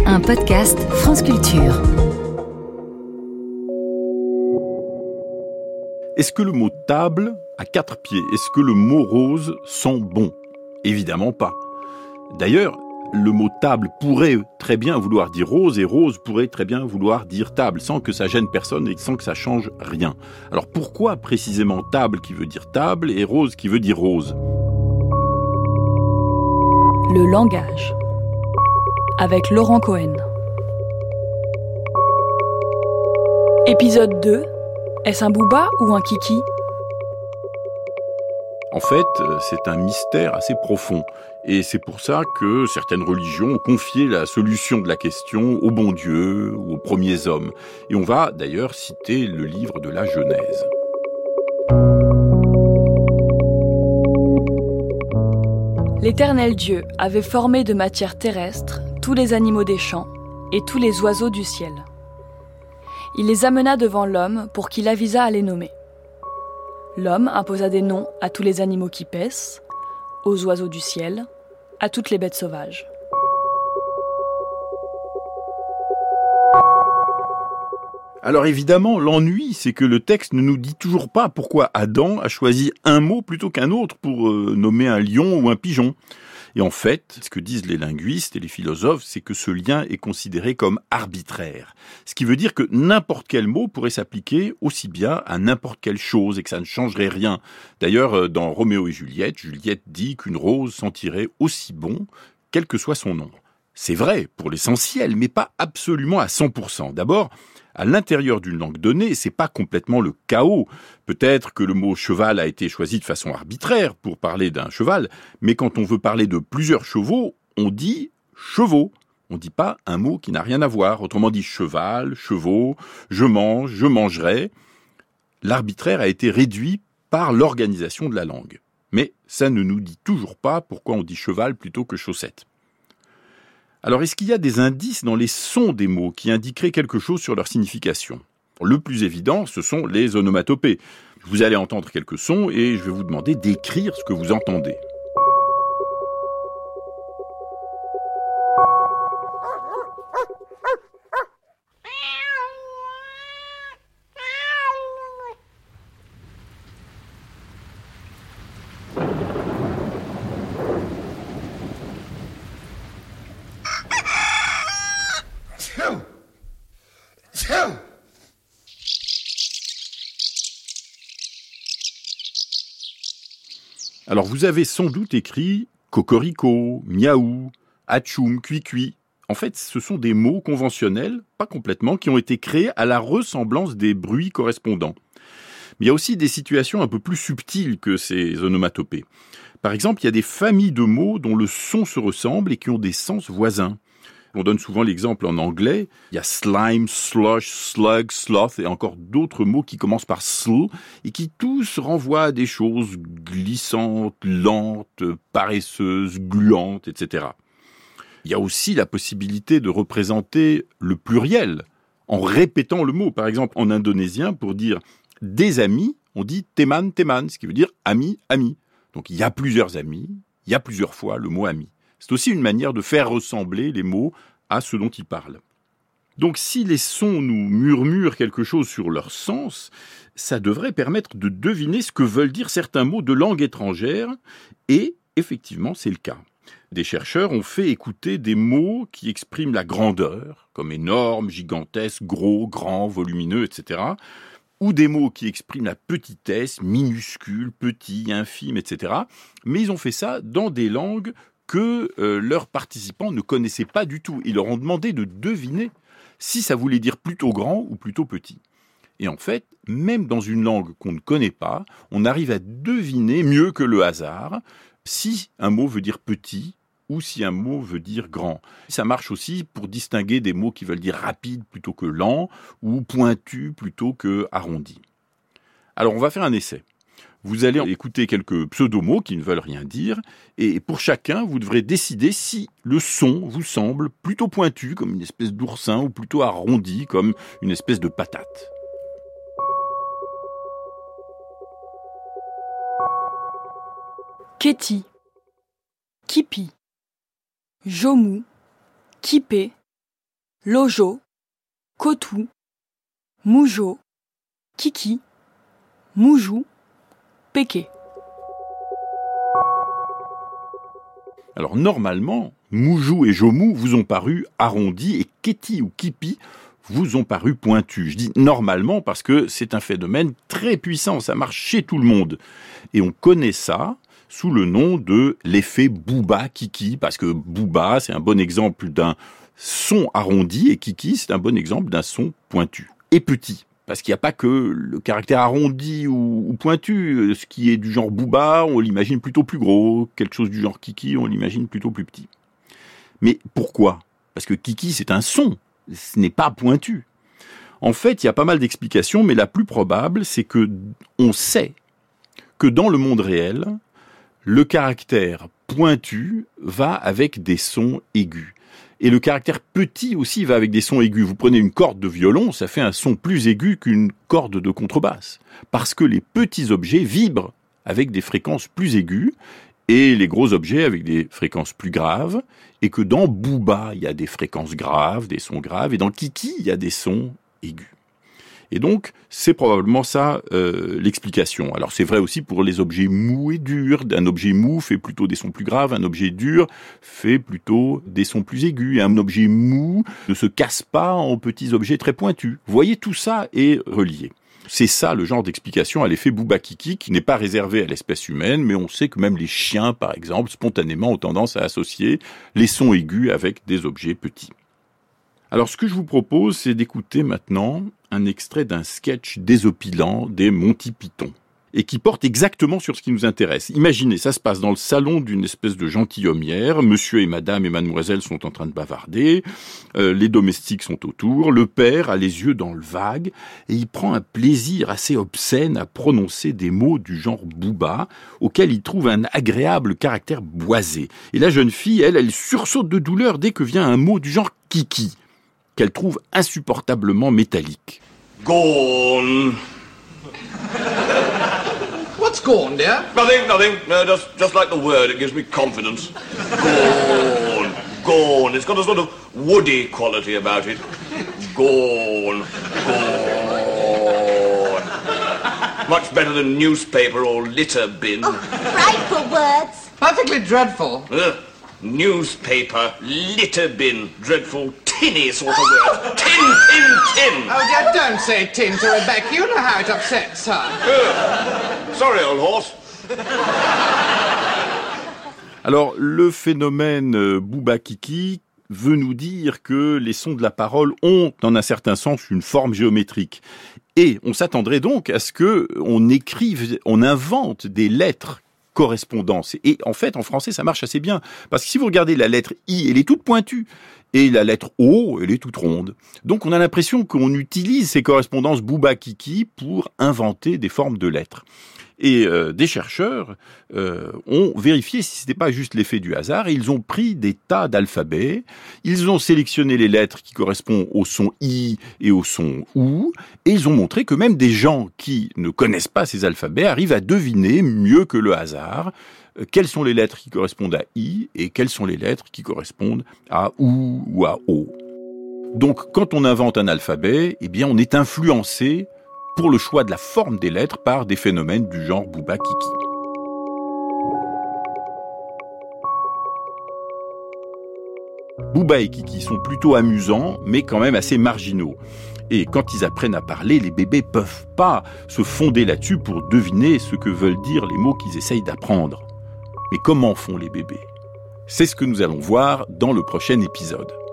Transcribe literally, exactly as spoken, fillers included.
un podcast France Culture. Est-ce que le mot table a quatre pieds? Est-ce que le mot rose sent bon? Évidemment pas. D'ailleurs, le mot table pourrait très bien vouloir dire rose et rose pourrait très bien vouloir dire table, sans que ça gêne personne et sans que ça change rien. Alors pourquoi précisément table qui veut dire table et rose qui veut dire rose? Le langage, avec Laurent Cohen. Épisode deux. Est-ce un booba ou un kiki? En fait, c'est un mystère assez profond. Et c'est pour ça que certaines religions ont confié la solution de la question au bon Dieu ou aux premiers hommes. Et on va d'ailleurs citer le livre de la Genèse. L'Éternel Dieu avait formé de matière terrestre tous les animaux des champs et tous les oiseaux du ciel. Il les amena devant l'homme pour qu'il avisât à les nommer. L'homme imposa des noms à tous les animaux qui paissent, aux oiseaux du ciel, à toutes les bêtes sauvages. Alors évidemment, l'ennui, c'est que le texte ne nous dit toujours pas pourquoi Adam a choisi un mot plutôt qu'un autre pour euh, nommer un lion ou un pigeon. Et en fait, ce que disent les linguistes et les philosophes, c'est que ce lien est considéré comme arbitraire. Ce qui veut dire que n'importe quel mot pourrait s'appliquer aussi bien à n'importe quelle chose et que ça ne changerait rien. D'ailleurs, dans Roméo et Juliette, Juliette dit qu'une rose sentirait aussi bon, quel que soit son nom. C'est vrai pour l'essentiel, mais pas absolument à cent pour cent. D'abord, à l'intérieur d'une langue donnée, c'est pas complètement le chaos. Peut-être que le mot cheval a été choisi de façon arbitraire pour parler d'un cheval, mais quand on veut parler de plusieurs chevaux, on dit chevaux. On dit pas un mot qui n'a rien à voir. Autrement dit cheval, chevaux, je mange, je mangerai. L'arbitraire a été réduit par l'organisation de la langue. Mais ça ne nous dit toujours pas pourquoi on dit cheval plutôt que chaussette. Alors, est-ce qu'il y a des indices dans les sons des mots qui indiqueraient quelque chose sur leur signification? Le plus évident, ce sont les onomatopées. Vous allez entendre quelques sons et je vais vous demander d'écrire ce que vous entendez. Alors vous avez sans doute écrit cocorico, miaou, atchoum, cuicui. En fait, ce sont des mots conventionnels, pas complètement, qui ont été créés à la ressemblance des bruits correspondants. Mais il y a aussi des situations un peu plus subtiles que ces onomatopées. Par exemple, il y a des familles de mots dont le son se ressemble et qui ont des sens voisins. On donne souvent l'exemple en anglais. Il y a slime, slush, slug, sloth et encore d'autres mots qui commencent par sl et qui tous renvoient à des choses glissantes, lentes, paresseuses, gluantes, et cetera. Il y a aussi la possibilité de représenter le pluriel en répétant le mot. Par exemple, en indonésien, pour dire des amis, on dit teman, teman, ce qui veut dire ami, ami. Donc il y a plusieurs amis, il y a plusieurs fois le mot ami. C'est aussi une manière de faire ressembler les mots à ce dont ils parlent. Donc si les sons nous murmurent quelque chose sur leur sens, ça devrait permettre de deviner ce que veulent dire certains mots de langue étrangère, et effectivement c'est le cas. Des chercheurs ont fait écouter des mots qui expriment la grandeur, comme énorme, gigantesque, gros, grand, volumineux, et cetera, ou des mots qui expriment la petitesse, minuscule, petit, infime, et cetera. Mais ils ont fait ça dans des langues que euh, leurs participants ne connaissaient pas du tout. Ils leur ont demandé de deviner si ça voulait dire plutôt grand ou plutôt petit. Et en fait, même dans une langue qu'on ne connaît pas, on arrive à deviner mieux que le hasard si un mot veut dire petit ou si un mot veut dire grand. Ça marche aussi pour distinguer des mots qui veulent dire rapide plutôt que lent ou pointu plutôt que arrondi. Alors on va faire un essai. Vous allez écouter quelques pseudomots qui ne veulent rien dire, et pour chacun, vous devrez décider si le son vous semble plutôt pointu, comme une espèce d'oursin, ou plutôt arrondi, comme une espèce de patate. Kéti, Kipi, Jomou, Kipé, Lojo, Kotou, Moujo, Kiki, Moujou, Péké. Alors normalement, Moujou et Jomou vous ont paru arrondis et Kéti ou Kipi vous ont paru pointus. Je dis normalement parce que c'est un phénomène très puissant, ça marche chez tout le monde. Et on connaît ça sous le nom de l'effet Booba Kiki, parce que Booba, c'est un bon exemple d'un son arrondi et Kiki, c'est un bon exemple d'un son pointu et petit. Parce qu'il n'y a pas que le caractère arrondi ou, ou pointu. Ce qui est du genre Booba, on l'imagine plutôt plus gros. Quelque chose du genre Kiki, on l'imagine plutôt plus petit. Mais pourquoi ? Parce que Kiki, c'est un son. Ce n'est pas pointu. En fait, il y a pas mal d'explications, mais la plus probable, c'est que on sait que dans le monde réel, le caractère pointu va avec des sons aigus. Et le caractère petit aussi va avec des sons aigus. Vous prenez une corde de violon, ça fait un son plus aigu qu'une corde de contrebasse. Parce que les petits objets vibrent avec des fréquences plus aiguës et les gros objets avec des fréquences plus graves. Et que dans Booba, il y a des fréquences graves, des sons graves. Et dans Kiki, il y a des sons aigus. Et donc, c'est probablement ça euh, l'explication. Alors, c'est vrai aussi pour les objets mous et durs. Un objet mou fait plutôt des sons plus graves, un objet dur fait plutôt des sons plus aigus. Et un objet mou ne se casse pas en petits objets très pointus. Vous voyez, tout ça est relié. C'est ça le genre d'explication à l'effet Booba Kiki, qui n'est pas réservé à l'espèce humaine, mais on sait que même les chiens, par exemple, spontanément ont tendance à associer les sons aigus avec des objets petits. Alors, ce que je vous propose, c'est d'écouter maintenant un extrait d'un sketch désopilant des Monty Python, et qui porte exactement sur ce qui nous intéresse. Imaginez, ça se passe dans le salon d'une espèce de gentilhommière, monsieur et madame et mademoiselle sont en train de bavarder, euh, les domestiques sont autour, le père a les yeux dans le vague, et il prend un plaisir assez obscène à prononcer des mots du genre Booba, auquel il trouve un agréable caractère boisé. Et la jeune fille, elle, elle sursaute de douleur dès que vient un mot du genre Kiki, qu'elle trouve insupportablement métallique. Gone. What's gone, dear? Nothing, nothing. No, just, just like the word, it gives me confidence. Gone. Gone. It's got a sort of woody quality about it. Gone. Gone. Much better than newspaper or litter bin. Oh, frightful words. Perfectly dreadful. Ugh. Newspaper, litter bin, dreadful, tinny sort of word. Tin, tin, tin. Oh, dear, don't say tin to Rebecca. You know how it upsets her. Ugh. Sorry, old horse. Alors, le phénomène Booba Kiki veut nous dire que les sons de la parole ont, dans un certain sens, une forme géométrique. Et on s'attendrait donc à ce que on écrive, on invente des lettres correspondances. Et en fait, en français, ça marche assez bien. Parce que si vous regardez la lettre I, elle est toute pointue. Et la lettre O, elle est toute ronde. Donc on a l'impression qu'on utilise ces correspondances Booba Kiki pour inventer des formes de lettres. Et euh, des chercheurs euh, ont vérifié si c'était pas juste l'effet du hasard, et ils ont pris des tas d'alphabets, ils ont sélectionné les lettres qui correspondent au son I et au son OU, et ils ont montré que même des gens qui ne connaissent pas ces alphabets arrivent à deviner mieux que le hasard euh, quelles sont les lettres qui correspondent à I et quelles sont les lettres qui correspondent à OU ou à O. Donc quand on invente un alphabet, eh bien on est influencé pour le choix de la forme des lettres par des phénomènes du genre Booba Kiki. Booba et Kiki sont plutôt amusants, mais quand même assez marginaux. Et quand ils apprennent à parler, les bébés peuvent pas se fonder là-dessus pour deviner ce que veulent dire les mots qu'ils essayent d'apprendre. Mais comment font les bébés ? C'est ce que nous allons voir dans le prochain épisode.